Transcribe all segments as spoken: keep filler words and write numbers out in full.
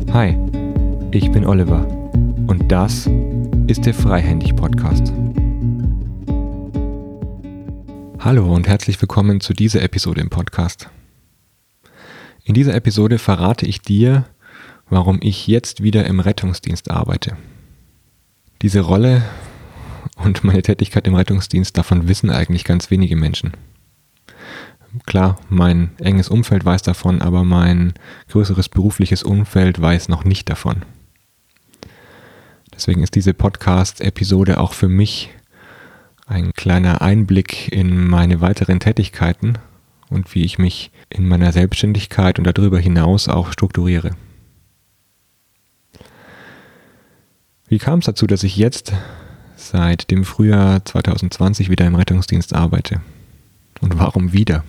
Hi, ich bin Oliver und das ist der Freihändig-Podcast. Hallo und herzlich willkommen zu dieser Episode im Podcast. In dieser Episode verrate ich dir, warum ich jetzt wieder im Rettungsdienst arbeite. Diese Rolle und meine Tätigkeit im Rettungsdienst, davon wissen eigentlich ganz wenige Menschen. Klar, mein enges Umfeld weiß davon, aber mein größeres berufliches Umfeld weiß noch nicht davon. Deswegen ist diese Podcast-Episode auch für mich ein kleiner Einblick in meine weiteren Tätigkeiten und wie ich mich in meiner Selbstständigkeit und darüber hinaus auch strukturiere. Wie kam es dazu, dass ich jetzt seit dem Frühjahr zwanzig zwanzig wieder im Rettungsdienst arbeite? Und warum wieder?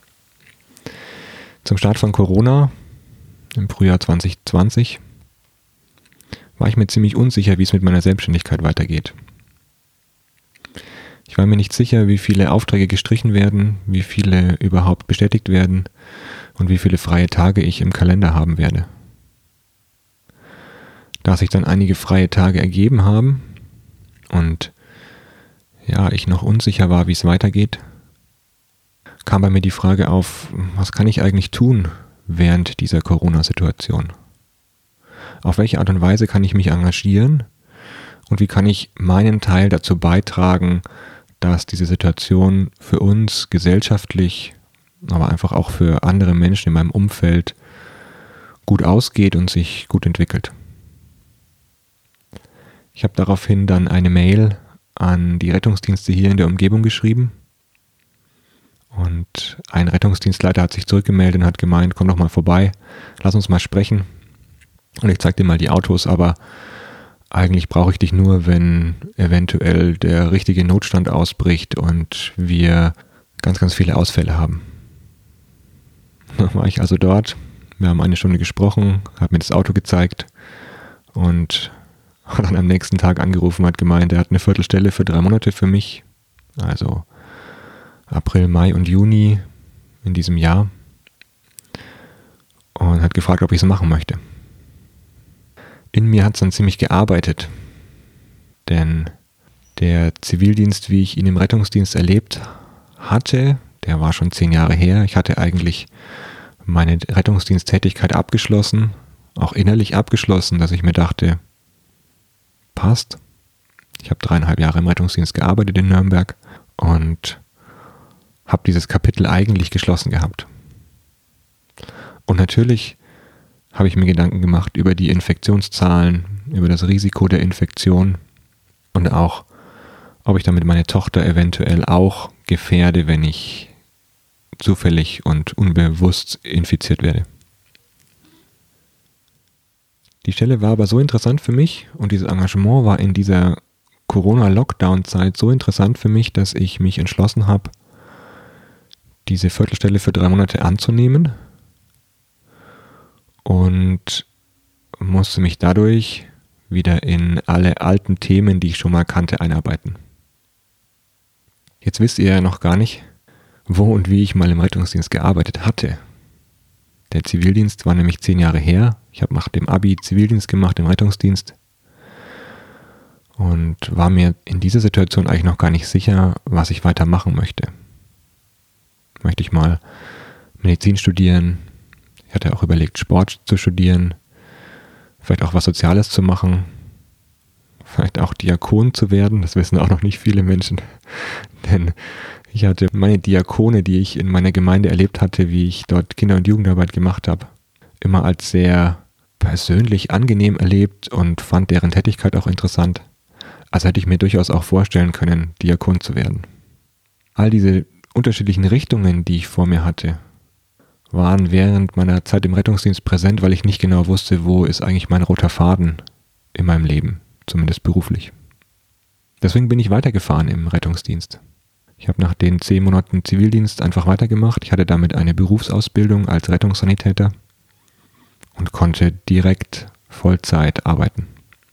Zum Start von Corona im Frühjahr zwanzig zwanzig war ich mir ziemlich unsicher, wie es mit meiner Selbstständigkeit weitergeht. Ich war mir nicht sicher, wie viele Aufträge gestrichen werden, wie viele überhaupt bestätigt werden und wie viele freie Tage ich im Kalender haben werde. Da sich dann einige freie Tage ergeben haben und ja, ich noch unsicher war, wie es weitergeht, kam bei mir die Frage auf, was kann ich eigentlich tun während dieser Corona-Situation? Auf welche Art und Weise kann ich mich engagieren und wie kann ich meinen Teil dazu beitragen, dass diese Situation für uns gesellschaftlich, aber einfach auch für andere Menschen in meinem Umfeld gut ausgeht und sich gut entwickelt. Ich habe daraufhin dann eine Mail an die Rettungsdienste hier in der Umgebung geschrieben. Und ein Rettungsdienstleiter hat sich zurückgemeldet und hat gemeint, komm doch mal vorbei, lass uns mal sprechen. Und ich zeig dir mal die Autos, aber eigentlich brauche ich dich nur, wenn eventuell der richtige Notstand ausbricht und wir ganz, ganz viele Ausfälle haben. Dann war ich also dort, wir haben eine Stunde gesprochen, hat mir das Auto gezeigt und hat dann am nächsten Tag angerufen und hat gemeint, er hat eine Viertelstelle für drei Monate für mich, also April, Mai und Juni in diesem Jahr, und hat gefragt, ob ich es machen möchte. In mir hat es dann ziemlich gearbeitet, denn der Zivildienst, wie ich ihn im Rettungsdienst erlebt hatte, der war schon zehn Jahre her. Ich hatte eigentlich meine Rettungsdiensttätigkeit abgeschlossen, auch innerlich abgeschlossen, dass ich mir dachte, passt. Ich habe dreieinhalb Jahre im Rettungsdienst gearbeitet in Nürnberg und habe dieses Kapitel eigentlich geschlossen gehabt. Und natürlich habe ich mir Gedanken gemacht über die Infektionszahlen, über das Risiko der Infektion und auch, ob ich damit meine Tochter eventuell auch gefährde, wenn ich zufällig und unbewusst infiziert werde. Die Stelle war aber so interessant für mich und dieses Engagement war in dieser Corona-Lockdown-Zeit so interessant für mich, dass ich mich entschlossen habe, diese Viertelstelle für drei Monate anzunehmen und musste mich dadurch wieder in alle alten Themen, die ich schon mal kannte, einarbeiten. Jetzt wisst ihr ja noch gar nicht, wo und wie ich mal im Rettungsdienst gearbeitet hatte. Der Zivildienst war nämlich zehn Jahre her. Ich habe nach dem Abi Zivildienst gemacht im Rettungsdienst und war mir in dieser Situation eigentlich noch gar nicht sicher, was ich weitermachen möchte. Möchte ich mal Medizin studieren? Ich hatte auch überlegt, Sport zu studieren, vielleicht auch was Soziales zu machen, vielleicht auch Diakon zu werden. Das wissen auch noch nicht viele Menschen, denn ich hatte meine Diakone, die ich in meiner Gemeinde erlebt hatte, wie ich dort Kinder- und Jugendarbeit gemacht habe, immer als sehr persönlich angenehm erlebt und fand deren Tätigkeit auch interessant. Also hätte ich mir durchaus auch vorstellen können, Diakon zu werden. All diese unterschiedlichen Richtungen, die ich vor mir hatte, waren während meiner Zeit im Rettungsdienst präsent, weil ich nicht genau wusste, wo ist eigentlich mein roter Faden in meinem Leben, zumindest beruflich. Deswegen bin ich weitergefahren im Rettungsdienst. Ich habe nach den zehn Monaten Zivildienst einfach weitergemacht. Ich hatte damit eine Berufsausbildung als Rettungssanitäter und konnte direkt Vollzeit arbeiten.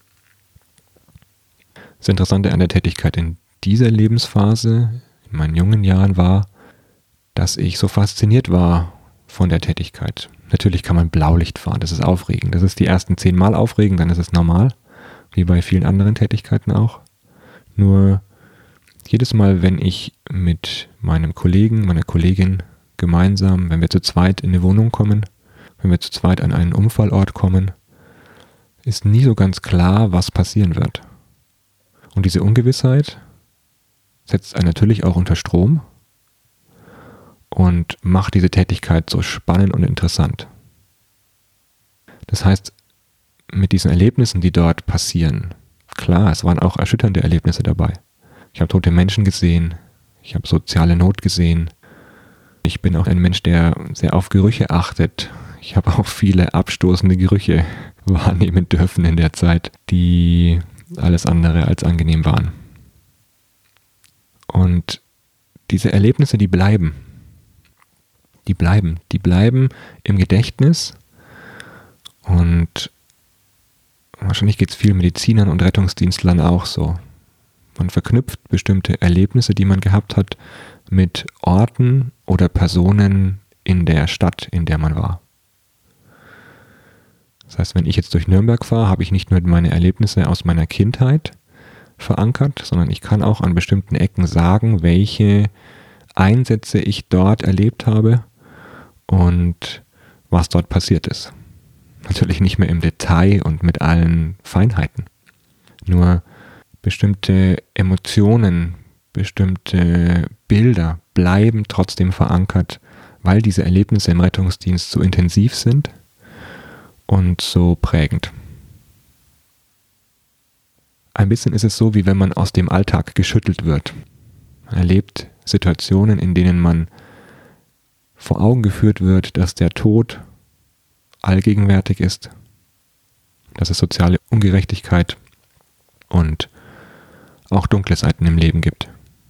Das Interessante an der Tätigkeit in dieser Lebensphase in meinen jungen Jahren war, dass ich so fasziniert war von der Tätigkeit. Natürlich kann man Blaulicht fahren, das ist aufregend. Das ist die ersten zehn Mal aufregend, dann ist es normal, wie bei vielen anderen Tätigkeiten auch. Nur jedes Mal, wenn ich mit meinem Kollegen, meiner Kollegin gemeinsam, wenn wir zu zweit in eine Wohnung kommen, wenn wir zu zweit an einen Unfallort kommen, ist nie so ganz klar, was passieren wird. Und diese Ungewissheit setzt einen natürlich auch unter Strom und macht diese Tätigkeit so spannend und interessant. Das heißt, mit diesen Erlebnissen, die dort passieren, klar, es waren auch erschütternde Erlebnisse dabei. Ich habe tote Menschen gesehen, ich habe soziale Not gesehen. Ich bin auch ein Mensch, der sehr auf Gerüche achtet. Ich habe auch viele abstoßende Gerüche wahrnehmen dürfen in der Zeit, die alles andere als angenehm waren. Und diese Erlebnisse, die bleiben. Die bleiben. Die bleiben im Gedächtnis. Und wahrscheinlich geht es vielen Medizinern und Rettungsdienstlern auch so. Man verknüpft bestimmte Erlebnisse, die man gehabt hat, mit Orten oder Personen in der Stadt, in der man war. Das heißt, wenn ich jetzt durch Nürnberg fahre, habe ich nicht nur meine Erlebnisse aus meiner Kindheit verankert, sondern ich kann auch an bestimmten Ecken sagen, welche Einsätze ich dort erlebt habe und was dort passiert ist. Natürlich nicht mehr im Detail und mit allen Feinheiten. Nur bestimmte Emotionen, bestimmte Bilder bleiben trotzdem verankert, weil diese Erlebnisse im Rettungsdienst so intensiv sind und so prägend. Ein bisschen ist es so, wie wenn man aus dem Alltag geschüttelt wird. Man erlebt Situationen, in denen man vor Augen geführt wird, dass der Tod allgegenwärtig ist, dass es soziale Ungerechtigkeit und auch dunkle Seiten im Leben gibt.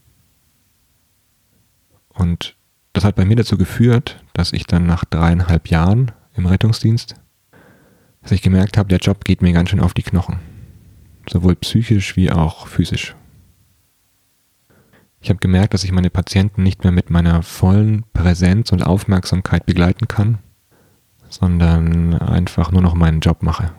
Und das hat bei mir dazu geführt, dass ich dann nach dreieinhalb Jahren im Rettungsdienst, dass ich gemerkt habe, der Job geht mir ganz schön auf die Knochen. Sowohl psychisch wie auch physisch. Ich habe gemerkt, dass ich meine Patienten nicht mehr mit meiner vollen Präsenz und Aufmerksamkeit begleiten kann, sondern einfach nur noch meinen Job mache.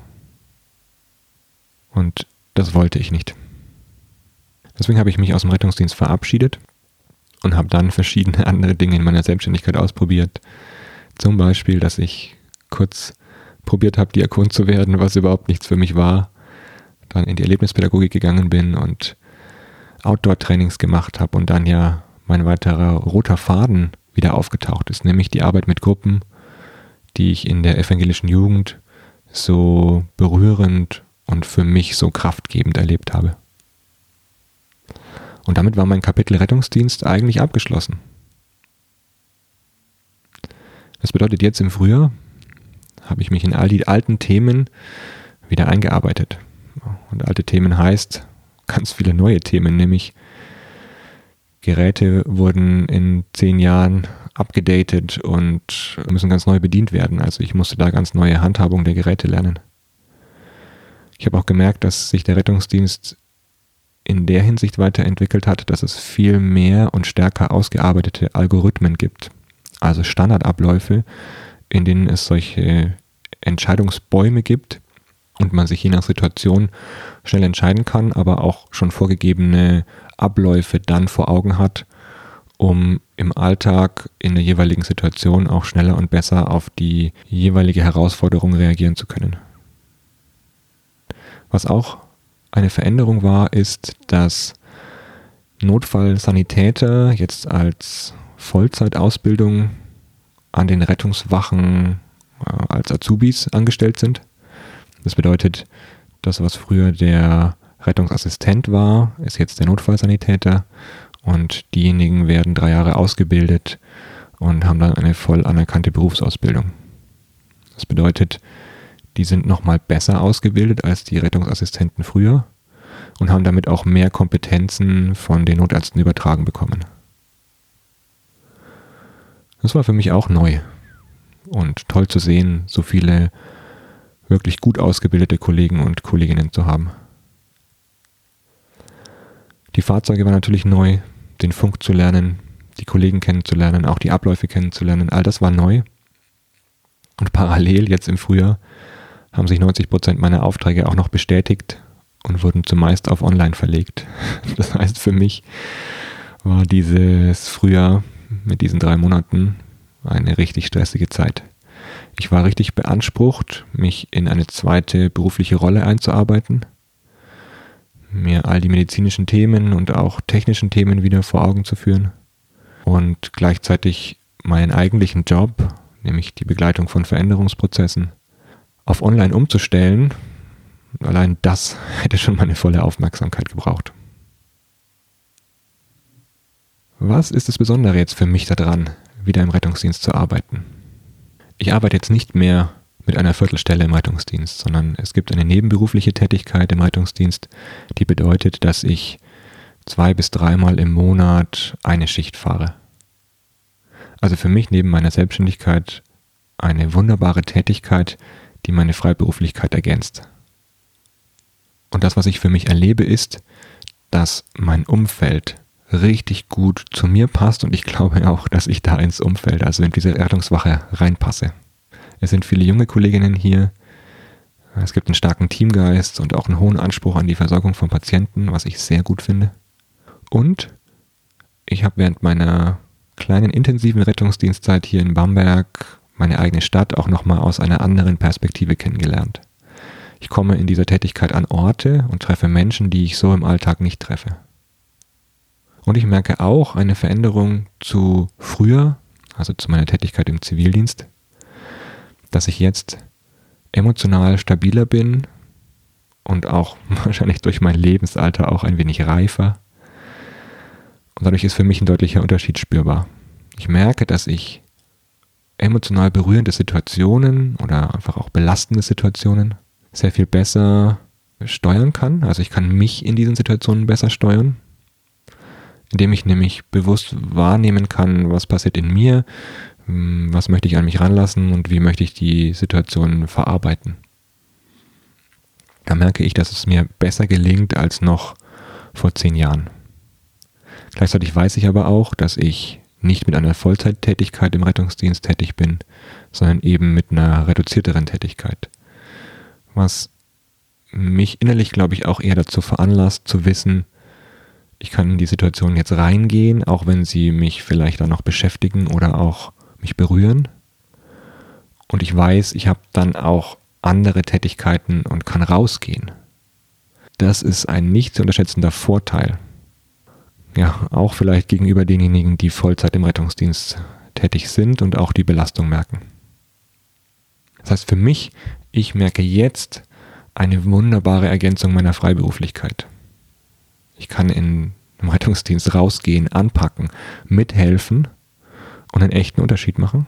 Und das wollte ich nicht. Deswegen habe ich mich aus dem Rettungsdienst verabschiedet und habe dann verschiedene andere Dinge in meiner Selbstständigkeit ausprobiert. Zum Beispiel, dass ich kurz probiert habe, Diakon zu werden, was überhaupt nichts für mich war. Dann in die Erlebnispädagogik gegangen bin und Outdoor-Trainings gemacht habe und dann ja mein weiterer roter Faden wieder aufgetaucht ist, nämlich die Arbeit mit Gruppen, die ich in der evangelischen Jugend so berührend und für mich so kraftgebend erlebt habe. Und damit war mein Kapitel Rettungsdienst eigentlich abgeschlossen. Das bedeutet, jetzt im Frühjahr habe ich mich in all die alten Themen wieder eingearbeitet. Und alte Themen heißt ganz viele neue Themen, nämlich Geräte wurden in zehn Jahren abgedatet und müssen ganz neu bedient werden. Also ich musste da ganz neue Handhabung der Geräte lernen. Ich habe auch gemerkt, dass sich der Rettungsdienst in der Hinsicht weiterentwickelt hat, dass es viel mehr und stärker ausgearbeitete Algorithmen gibt. Also Standardabläufe, in denen es solche Entscheidungsbäume gibt und man sich je nach Situation schnell entscheiden kann, aber auch schon vorgegebene Abläufe dann vor Augen hat, um im Alltag in der jeweiligen Situation auch schneller und besser auf die jeweilige Herausforderung reagieren zu können. Was auch eine Veränderung war, ist, dass Notfallsanitäter jetzt als Vollzeitausbildung an den Rettungswachen äh, als Azubis angestellt sind. Das bedeutet, das, was früher der Rettungsassistent war, ist jetzt der Notfallsanitäter und diejenigen werden drei Jahre ausgebildet und haben dann eine voll anerkannte Berufsausbildung. Das bedeutet, die sind nochmal besser ausgebildet als die Rettungsassistenten früher und haben damit auch mehr Kompetenzen von den Notärzten übertragen bekommen. Das war für mich auch neu und toll zu sehen, so viele wirklich gut ausgebildete Kollegen und Kolleginnen zu haben. Die Fahrzeuge waren natürlich neu, den Funk zu lernen, die Kollegen kennenzulernen, auch die Abläufe kennenzulernen, all das war neu. Und parallel jetzt im Frühjahr haben sich neunzig Prozent meiner Aufträge auch noch bestätigt und wurden zumeist auf online verlegt. Das heißt, für mich war dieses Frühjahr mit diesen drei Monaten eine richtig stressige Zeit. Ich war richtig beansprucht, mich in eine zweite berufliche Rolle einzuarbeiten, mir all die medizinischen Themen und auch technischen Themen wieder vor Augen zu führen und gleichzeitig meinen eigentlichen Job, nämlich die Begleitung von Veränderungsprozessen, auf online umzustellen. Allein das hätte schon meine volle Aufmerksamkeit gebraucht. Was ist das Besondere jetzt für mich daran, wieder im Rettungsdienst zu arbeiten? Ich arbeite jetzt nicht mehr mit einer Viertelstelle im Rettungsdienst, sondern es gibt eine nebenberufliche Tätigkeit im Rettungsdienst, die bedeutet, dass ich zwei bis dreimal im Monat eine Schicht fahre. Also für mich neben meiner Selbstständigkeit eine wunderbare Tätigkeit, die meine Freiberuflichkeit ergänzt. Und das, was ich für mich erlebe, ist, dass mein Umfeld richtig gut zu mir passt und ich glaube auch, dass ich da ins Umfeld, also in diese Rettungswache reinpasse. Es sind viele junge Kolleginnen hier, es gibt einen starken Teamgeist und auch einen hohen Anspruch an die Versorgung von Patienten, was ich sehr gut finde. Und ich habe während meiner kleinen intensiven Rettungsdienstzeit hier in Bamberg meine eigene Stadt auch nochmal aus einer anderen Perspektive kennengelernt. Ich komme in dieser Tätigkeit an Orte und treffe Menschen, die ich so im Alltag nicht treffe. Und ich merke auch eine Veränderung zu früher, also zu meiner Tätigkeit im Zivildienst, dass ich jetzt emotional stabiler bin und auch wahrscheinlich durch mein Lebensalter auch ein wenig reifer. Und dadurch ist für mich ein deutlicher Unterschied spürbar. Ich merke, dass ich emotional berührende Situationen oder einfach auch belastende Situationen sehr viel besser steuern kann. Also ich kann mich in diesen Situationen besser steuern, indem ich nämlich bewusst wahrnehmen kann, was passiert in mir, was möchte ich an mich ranlassen und wie möchte ich die Situation verarbeiten. Da merke ich, dass es mir besser gelingt als noch vor zehn Jahren. Gleichzeitig weiß ich aber auch, dass ich nicht mit einer Vollzeittätigkeit im Rettungsdienst tätig bin, sondern eben mit einer reduzierteren Tätigkeit. Was mich innerlich, glaube ich, auch eher dazu veranlasst, zu wissen, ich kann in die Situation jetzt reingehen, auch wenn sie mich vielleicht dann noch beschäftigen oder auch mich berühren. Und ich weiß, ich habe dann auch andere Tätigkeiten und kann rausgehen. Das ist ein nicht zu unterschätzender Vorteil. Ja, auch vielleicht gegenüber denjenigen, die Vollzeit im Rettungsdienst tätig sind und auch die Belastung merken. Das heißt für mich, ich merke jetzt eine wunderbare Ergänzung meiner Freiberuflichkeit. Ich kann in, im Rettungsdienst rausgehen, anpacken, mithelfen und einen echten Unterschied machen.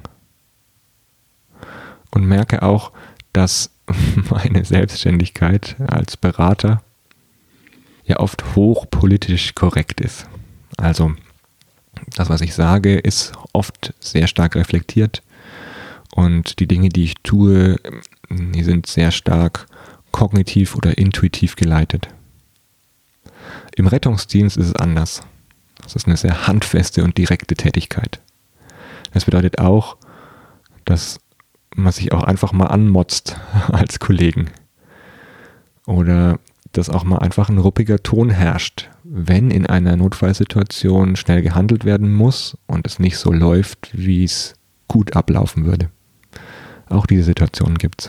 Und merke auch, dass meine Selbstständigkeit als Berater ja oft hochpolitisch korrekt ist. Also das, was ich sage, ist oft sehr stark reflektiert und die Dinge, die ich tue, die sind sehr stark kognitiv oder intuitiv geleitet. Im Rettungsdienst ist es anders. Das ist eine sehr handfeste und direkte Tätigkeit. Das bedeutet auch, dass man sich auch einfach mal anmotzt als Kollegen. Oder dass auch mal einfach ein ruppiger Ton herrscht, wenn in einer Notfallsituation schnell gehandelt werden muss und es nicht so läuft, wie es gut ablaufen würde. Auch diese Situationen gibt's.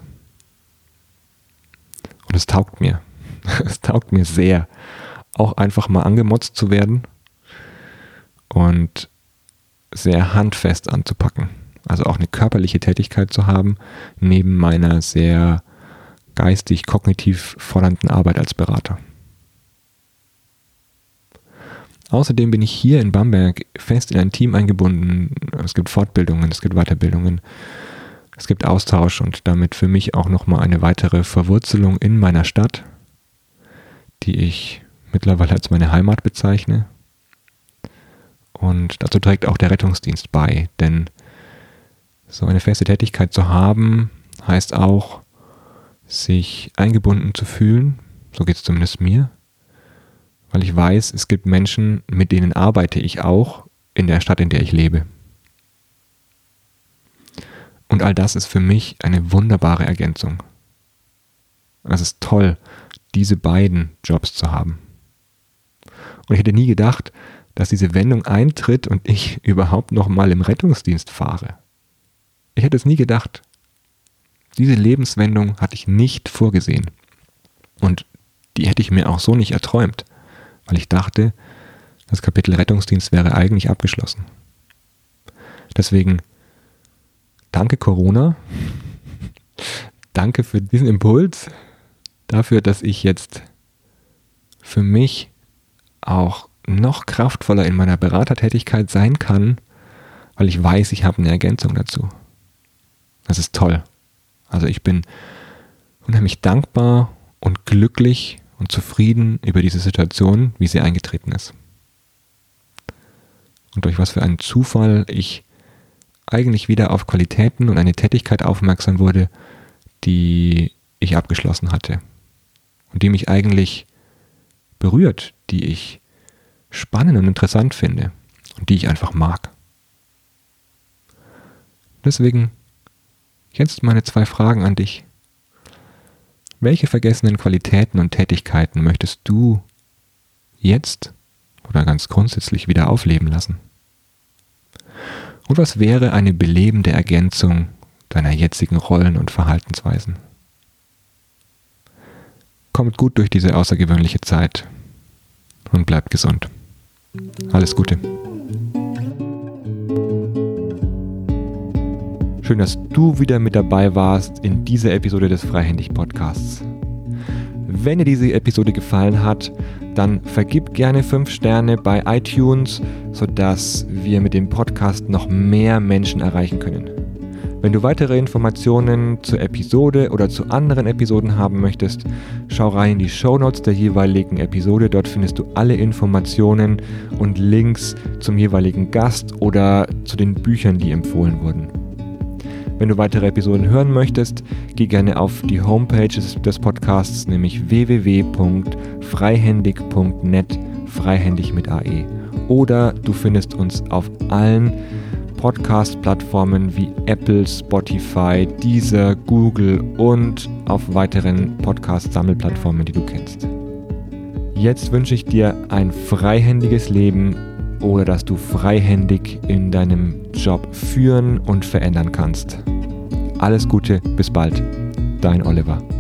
Und es taugt mir. Es taugt mir sehr, auch einfach mal angemotzt zu werden und sehr handfest anzupacken. Also auch eine körperliche Tätigkeit zu haben, neben meiner sehr geistig, kognitiv fordernden Arbeit als Berater. Außerdem bin ich hier in Bamberg fest in ein Team eingebunden. Es gibt Fortbildungen, es gibt Weiterbildungen, es gibt Austausch und damit für mich auch nochmal eine weitere Verwurzelung in meiner Stadt, die ich mittlerweile als meine Heimat bezeichne. Und dazu trägt auch der Rettungsdienst bei, denn so eine feste Tätigkeit zu haben, heißt auch, sich eingebunden zu fühlen, so geht es zumindest mir, weil ich weiß, es gibt Menschen, mit denen arbeite ich auch in der Stadt, in der ich lebe. Und all das ist für mich eine wunderbare Ergänzung. Es ist toll, diese beiden Jobs zu haben. Und ich hätte nie gedacht, dass diese Wendung eintritt und ich überhaupt noch mal im Rettungsdienst fahre. Ich hätte es nie gedacht. Diese Lebenswendung hatte ich nicht vorgesehen. Und die hätte ich mir auch so nicht erträumt, weil ich dachte, das Kapitel Rettungsdienst wäre eigentlich abgeschlossen. Deswegen danke Corona, danke für diesen Impuls, dafür, dass ich jetzt für mich auch noch kraftvoller in meiner Beratertätigkeit sein kann, weil ich weiß, ich habe eine Ergänzung dazu. Das ist toll. Also ich bin unheimlich dankbar und glücklich und zufrieden über diese Situation, wie sie eingetreten ist. Und durch was für einen Zufall ich eigentlich wieder auf Qualitäten und eine Tätigkeit aufmerksam wurde, die ich abgeschlossen hatte und die mich eigentlich berührt, die ich spannend und interessant finde und die ich einfach mag. Deswegen jetzt meine zwei Fragen an dich. Welche vergessenen Qualitäten und Tätigkeiten möchtest du jetzt oder ganz grundsätzlich wieder aufleben lassen? Und was wäre eine belebende Ergänzung deiner jetzigen Rollen und Verhaltensweisen? Kommt gut durch diese außergewöhnliche Zeit und bleibt gesund. Alles Gute. Schön, dass du wieder mit dabei warst in dieser Episode des Freihändig-Podcasts. Wenn dir diese Episode gefallen hat, dann vergib gerne fünf Sterne bei iTunes, sodass wir mit dem Podcast noch mehr Menschen erreichen können. Wenn du weitere Informationen zur Episode oder zu anderen Episoden haben möchtest, schau rein in die Shownotes der jeweiligen Episode. Dort findest du alle Informationen und Links zum jeweiligen Gast oder zu den Büchern, die empfohlen wurden. Wenn du weitere Episoden hören möchtest, geh gerne auf die Homepage des Podcasts, nämlich w w w punkt freihändig punkt net, freihändig mit A E. Oder du findest uns auf allen Podcast-Plattformen wie Apple, Spotify, Deezer, Google und auf weiteren Podcast-Sammelplattformen, die du kennst. Jetzt wünsche ich dir ein freihändiges Leben oder dass du freihändig in deinem Job führen und verändern kannst. Alles Gute, bis bald. Dein Oliver.